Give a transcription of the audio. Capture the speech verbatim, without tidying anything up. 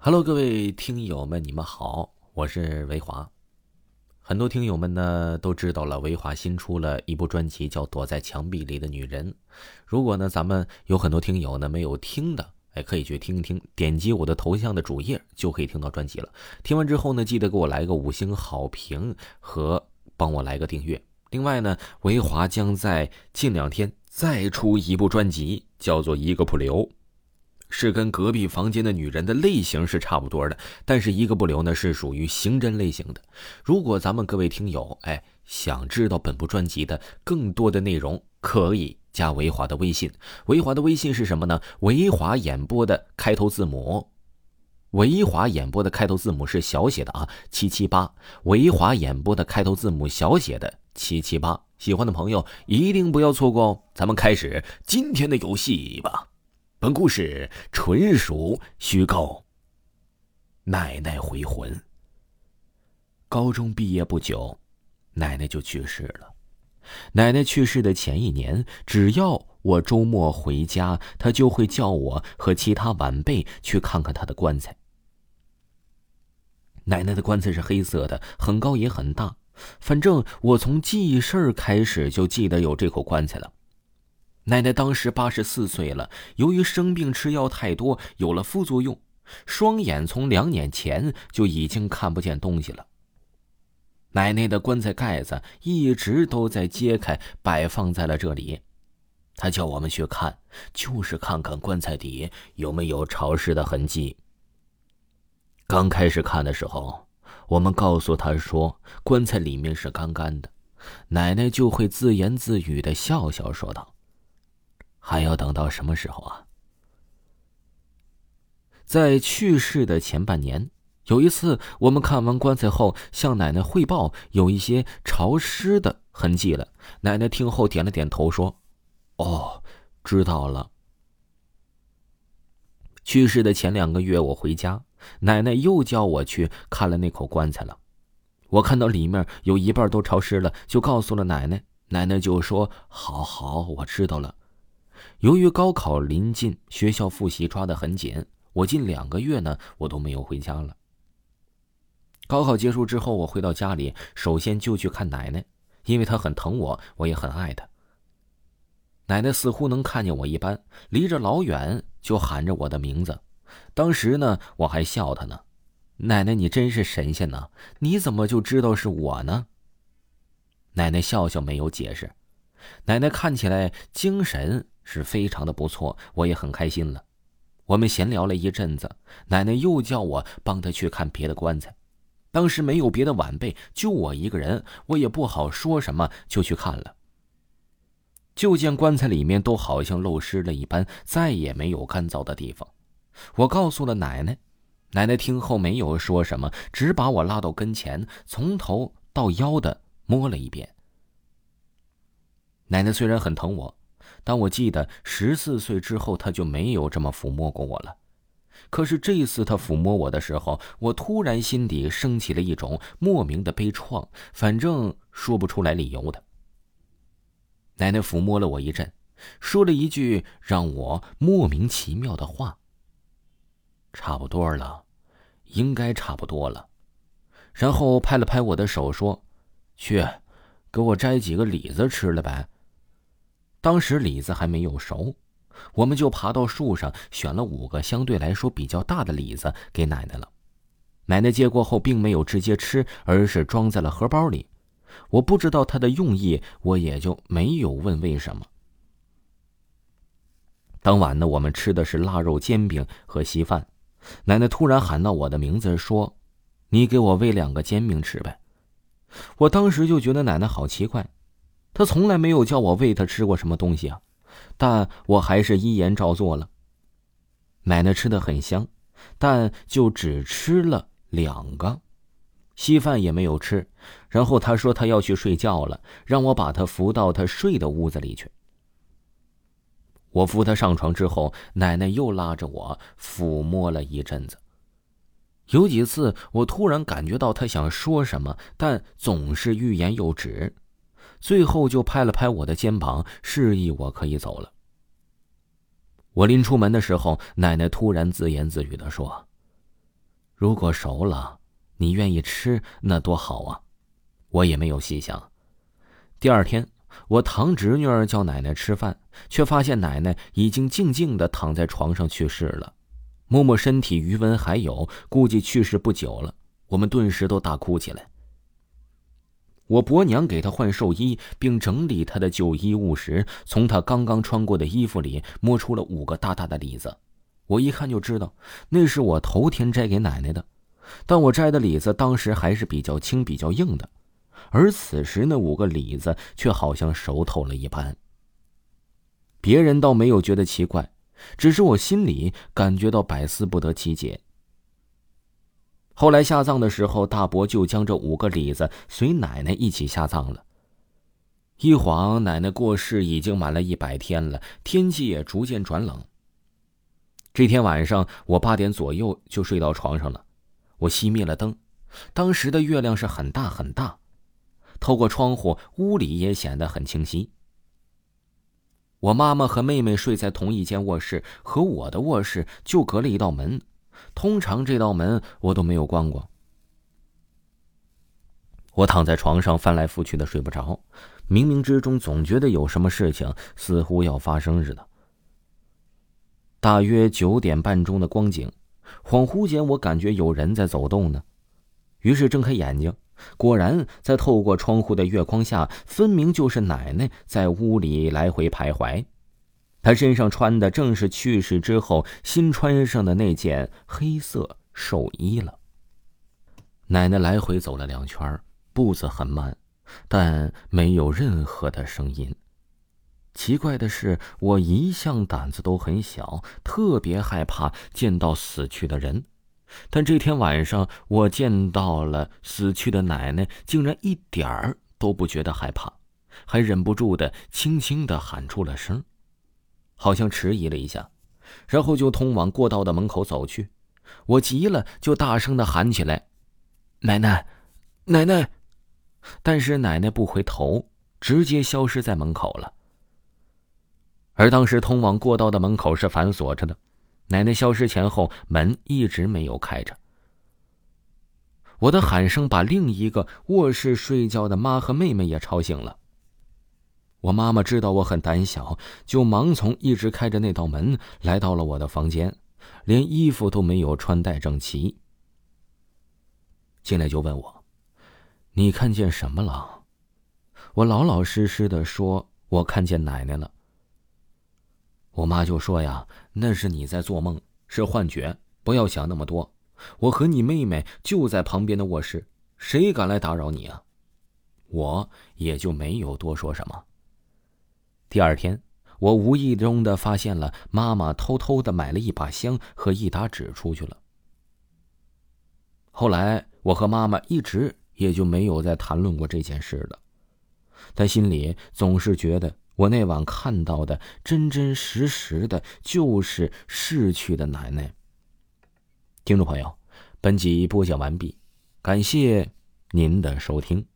Hello，各位听友们，你们好，我是维华。很多听友们呢都知道了，维华新出了一部专辑，叫《躲在墙壁里的女人》。如果呢咱们有很多听友呢没有听的，哎，可以去听一听，点击我的头像的主页就可以听到专辑了。听完之后呢，记得给我来个五星好评和帮我来个订阅。另外呢，维华将在近两天再出一部专辑，叫做《一个不留》。是跟隔壁房间的女人的类型是差不多的，但是一个不留呢是属于刑侦类型的。如果咱们各位听友哎想知道本部专辑的更多的内容，可以加维华的微信。维华的微信是什么呢？维华演播的开头字母，维华演播的开头字母是小写的啊，七七八。维华演播的开头字母小写的七七八。喜欢的朋友一定不要错过哦。咱们开始今天的游戏吧。本故事纯属虚构。奶奶回魂。高中毕业不久，奶奶就去世了。奶奶去世的前一年，只要我周末回家，她就会叫我和其他晚辈去看看她的棺材。奶奶的棺材是黑色的，很高也很大，反正我从记事开始就记得有这口棺材了。奶奶当时八十四岁了，由于生病吃药太多，有了副作用，双眼从两年前就已经看不见东西了。奶奶的棺材盖子一直都在揭开，摆放在了这里。她叫我们去看，就是看看棺材底有没有潮湿的痕迹。刚开始看的时候，我们告诉她说棺材里面是干干的，奶奶就会自言自语地笑笑说道：还要等到什么时候啊？在去世的前半年，有一次我们看完棺材后，向奶奶汇报有一些潮湿的痕迹了。奶奶听后点了点头说：哦，知道了。去世的前两个月我回家，奶奶又叫我去看了那口棺材了。我看到里面有一半都潮湿了，就告诉了奶奶。奶奶就说：好好，我知道了。由于高考临近，学校复习抓得很紧，我近两个月呢我都没有回家了。高考结束之后，我回到家里，首先就去看奶奶，因为她很疼我，我也很爱她。奶奶似乎能看见我一般，离着老远就喊着我的名字。当时呢我还笑她呢：奶奶你真是神仙呢，你怎么就知道是我呢？奶奶笑笑没有解释。奶奶看起来精神是非常的不错，我也很开心了。我们闲聊了一阵子，奶奶又叫我帮她去看别的棺材。当时没有别的晚辈，就我一个人，我也不好说什么，就去看了。就见棺材里面都好像漏湿了一般，再也没有干燥的地方。我告诉了奶奶，奶奶听后没有说什么，只把我拉到跟前，从头到腰的摸了一遍。奶奶虽然很疼我，但我记得十四岁之后她就没有这么抚摸过我了。可是这次她抚摸我的时候，我突然心底升起了一种莫名的悲怆，反正说不出来理由的。奶奶抚摸了我一阵，说了一句让我莫名其妙的话：差不多了，应该差不多了。然后拍了拍我的手说：去给我摘几个李子吃了呗。当时李子还没有熟，我们就爬到树上选了五个相对来说比较大的李子给奶奶了。奶奶接过后并没有直接吃，而是装在了荷包里。我不知道她的用意，我也就没有问为什么。当晚呢，我们吃的是腊肉煎饼和稀饭。奶奶突然喊到我的名字说：你给我喂两个煎饼吃呗。我当时就觉得奶奶好奇怪，她从来没有叫我喂她吃过什么东西啊，但我还是依言照做了。奶奶吃得很香，但就只吃了两个，稀饭也没有吃。然后她说她要去睡觉了，让我把她扶到她睡的屋子里去。我扶她上床之后，奶奶又拉着我抚摸了一阵子。有几次我突然感觉到她想说什么，但总是欲言又止，最后就拍了拍我的肩膀，示意我可以走了。我临出门的时候，奶奶突然自言自语地说： 如果熟了，你愿意吃，那多好啊。我也没有细想。第二天，我堂侄女儿叫奶奶吃饭，却发现奶奶已经静静地躺在床上去世了。摸摸身体余温还有，估计去世不久了。我们顿时都大哭起来。我伯娘给她换寿衣，并整理她的旧衣物时，从她刚刚穿过的衣服里摸出了五个大大的李子。我一看就知道，那是我头天摘给奶奶的。但我摘的李子当时还是比较轻比较硬的，而此时那五个李子却好像熟透了一般。别人倒没有觉得奇怪，只是我心里感觉到百思不得其解。后来下葬的时候，大伯就将这五个李子随奶奶一起下葬了。一晃奶奶过世已经满了一百天了，天气也逐渐转冷。这天晚上我八点左右就睡到床上了，我熄灭了灯。当时的月亮是很大很大，透过窗户，屋里也显得很清晰。我妈妈和妹妹睡在同一间卧室，和我的卧室就隔了一道门，通常这道门我都没有关过。我躺在床上翻来覆去的睡不着，冥冥之中总觉得有什么事情似乎要发生似的。大约九点半钟的光景，恍惚间我感觉有人在走动呢，于是睁开眼睛，果然在透过窗户的月光下，分明就是奶奶在屋里来回徘徊。她身上穿的正是去世之后新穿上的那件黑色寿衣了。奶奶来回走了两圈，步子很慢，但没有任何的声音。奇怪的是，我一向胆子都很小，特别害怕见到死去的人，但这天晚上我见到了死去的奶奶，竟然一点儿都不觉得害怕，还忍不住的轻轻的喊出了声，好像迟疑了一下，然后就通往过道的门口走去。我急了，就大声的喊起来：“奶奶，奶奶！”但是奶奶不回头，直接消失在门口了。而当时通往过道的门口是反锁着的，奶奶消失前后，门一直没有开着。我的喊声把另一个卧室睡觉的妈和妹妹也吵醒了。我妈妈知道我很胆小，就忙从一直开着那道门来到了我的房间，连衣服都没有穿戴整齐。进来就问我：“你看见什么了？”我老老实实的说：“我看见奶奶了。”我妈就说呀：“那是你在做梦，是幻觉，不要想那么多。我和你妹妹就在旁边的卧室，谁敢来打扰你啊？”我也就没有多说什么。第二天，我无意中的发现了妈妈偷偷的买了一把香和一沓纸出去了。后来我和妈妈一直也就没有再谈论过这件事了，但心里总是觉得我那晚看到的真真实实的就是逝去的奶奶。听众朋友，本集播讲完毕，感谢您的收听。